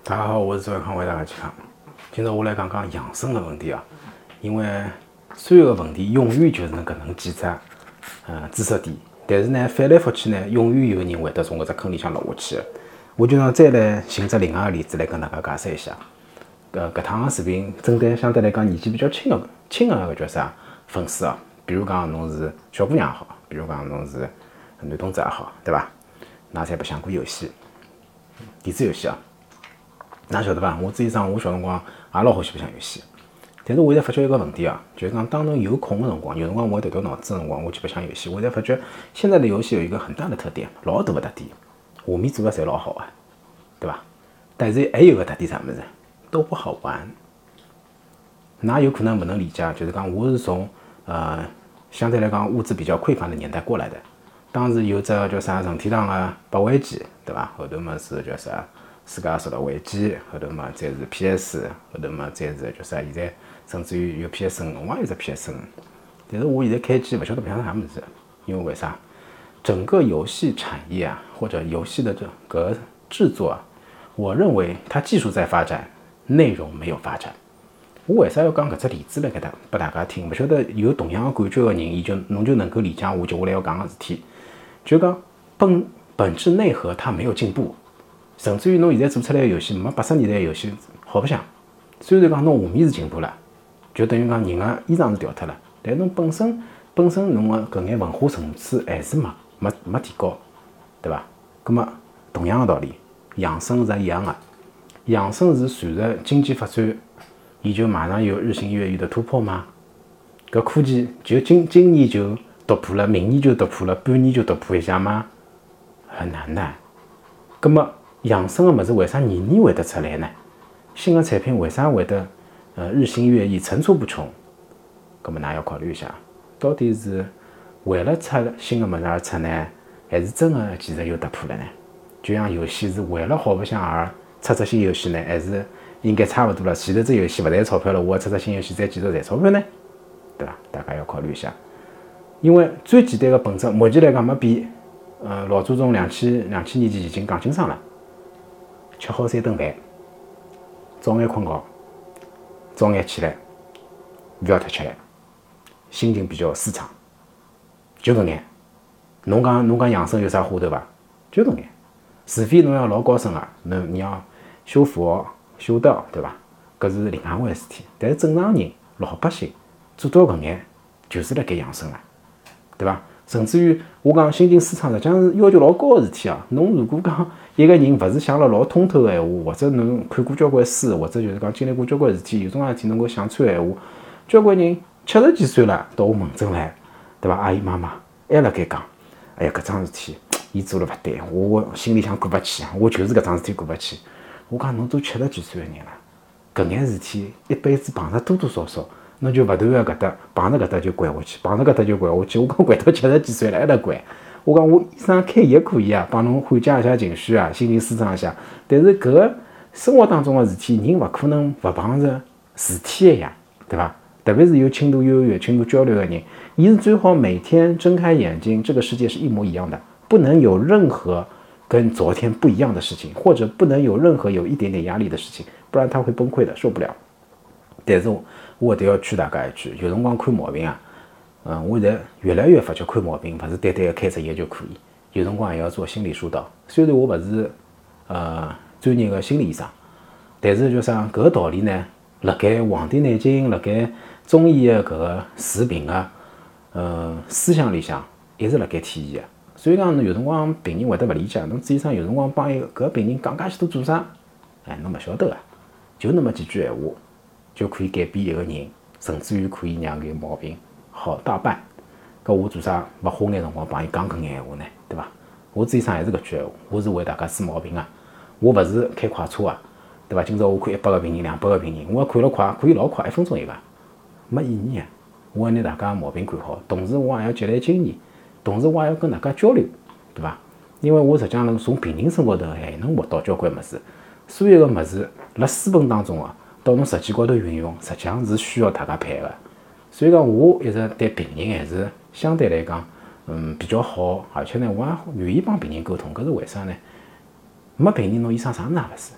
大家好，我是周伟康，为大家健康。今朝我来讲讲养生的问题啊，因为所有的问题永远就是搿能几只知识点，但是呢，翻来覆去呢，永远有人会得从搿只坑里向落下去的。我就想再来寻只另外个例子来跟大家解释一下。搿趟个视频针对相对来讲年纪比较轻个叫啥粉丝啊，比如讲侬是小姑娘也好，比如讲侬是男同志也好，对伐？㑚侪白相过游戏，电子游戏啊。㑚晓得伐？我之前我小辰光也老欢喜白相游戏，但是我现在发觉一个问题啊，就是讲当侬有空的辰光，有辰光我调调脑子的辰光，我去白相游戏，我现在发觉现在的游戏有一个很大的特点，老大的特点，画面做的侪老好啊，对伐？但是还有个特点啥物事，都不好玩。㑚有可能不能理解，就是讲我是从相对来讲物质比较匮乏的年代过来的，当时有只叫啥任天堂的八位机，对伐？后头嘛是叫啥？世界速乐维基，后头嘛再是 PS， 后头嘛再是叫啥？现在甚至于有 PSN， 我也有只 PSN。但是我现在开机不晓得白相啥物事，因为为啥？整个游戏产业啊，或者游戏的这个制作啊，我认为它技术在发展，内容没有发展。我为啥要讲搿只例子来给大家听？不晓得有同样的感觉的人，侬就能够理解我接下来要讲的事体。就讲本质内核它没有进步。甚至于侬现在做出来的游戏没80年代的游戏好白相，虽然讲侬画面是进步了，就等于讲人的衣裳是掉脱了，但侬本身侬的搿眼文化层次还是没提高，对伐？葛么同样的道理，养生是一样的，养生是随着经济发展，伊就马上有日新月异的突破吗？搿科技就今年就突破了，明年就突破了，半年就突破一下吗？很难的。葛么养生的物事为啥年年会得出来呢？新的产品为啥会得日新月异、层出不穷？咁么，㑚要考虑一下，到底是为了出新的物事而出呢，还是真的技术有突破了呢？就像游戏是为了好白相而出只新游戏呢，还是应该差不多了？前头只游戏勿赚钞票了，我出只新游戏再继续赚钞票呢？对吧？大家要考虑一下，因为最简单的本质，目前来讲没变。老祖宗2000年前已经讲清爽了。吃好3顿饭，早眼困觉，早眼起来，不要太吃力，心情比较舒畅，就搿眼。侬讲养生有啥花头伐？就搿眼。除非侬要老高深啊，你要修佛修道，对伐？搿是另外一回事体。但是正常人老百姓做到搿眼，就是辣盖养生了，对伐？甚至于我讲心情舒畅，实际上是要求老高的事体啊。侬如果讲一个人勿是想了老通透的闲话，或者侬看过交关书，或者就是讲经历过交关事体，有种事体能够想穿的闲话，交关人70几岁了到我门诊来，对伐？阿姨妈妈还辣盖讲，哎呀搿桩事体伊做了勿对，我心里向过勿去，我就是搿桩事体过勿去。我讲侬都70几岁的人了，搿眼事体一辈子碰着多多少少。侬就勿断个搿搭碰着搿搭就掼下去，碰着搿搭就掼下去。我讲掼到70几岁了还辣掼，我讲我医生开药可以啊，帮侬缓解一下情绪啊，心情舒畅一下。但是搿个生活当中的事体，人勿可能勿碰着事体一样，对伐？特别是有轻度忧郁、轻度焦虑的人，伊是最好每天睁开眼睛，这个世界是一模一样的，不能有任何跟昨天不一样的事情，或者不能有任何有一点点压力的事情，不然他会崩溃的，受不了。但是我得要劝大家一句，有辰光看毛病啊，我现在越来越发觉看毛病不是单单的开只药就可以，有辰光也要做心理疏导。虽然我不是专业的心理医生，但是就啥搿个道理呢，辣盖《黄帝内经》辣盖中医的搿个治病的思想里向一直辣盖体现的。所以讲侬有辰光病人会得勿理解，侬主医生有辰光帮一个搿个病人讲介许多做啥，侬勿晓得个，就那么几句闲话。就可以改变一个人，甚至于可以让搿毛病好大半。搿我做啥勿花眼辰光帮伊讲搿眼闲话呢？对伐？我主医生还是搿句闲话，我是为大家治毛病啊，我勿是开快车啊，对伐？今朝我看100个病人、200个病人，我看了快，可以老快，1分钟一个，没意义啊！我要拿大家毛病管好，同时我也要积累经验，同时我也要跟大家交流，对伐？因为我实际上能从病人身高头还能学到交关物事，所有个物事辣书本当中啊。到侬实际高头运用，实际上是需要大家配合。所以讲，我一直对病人还是相对来讲，比较好，而且呢，我也愿意帮病人沟通。搿是为啥呢？没病人，侬医生啥物事也勿是。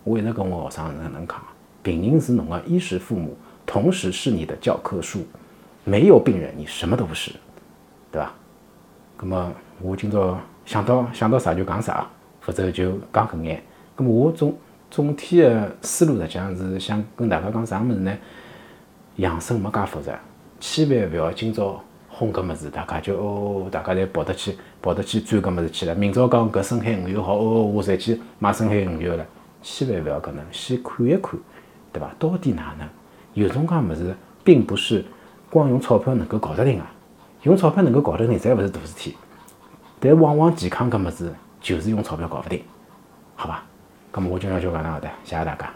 我一直跟我学生是能讲，病人是侬的衣食父母，同时是你的教科书，没有病人你什么都不是，对吧？那么我今朝想到啥就讲啥，否则就讲搿眼。那么我总体的思路实际上是想跟大家讲啥物事呢？养生没介复杂，千万勿要今朝轰搿物事，大家侪跑得去钻搿物事去了。明朝讲搿深海鱼油好，我侪去买深海鱼油了。千万勿要搿能，先看一看，对伐？到底哪能？有种介物事，并不是光用钞票能够搞得定啊。用钞票能够搞得定，侪勿是大事体。但往往健康搿物事，就是用钞票搞勿定，好吧？咁么我今朝就讲到搿搭，谢谢大家。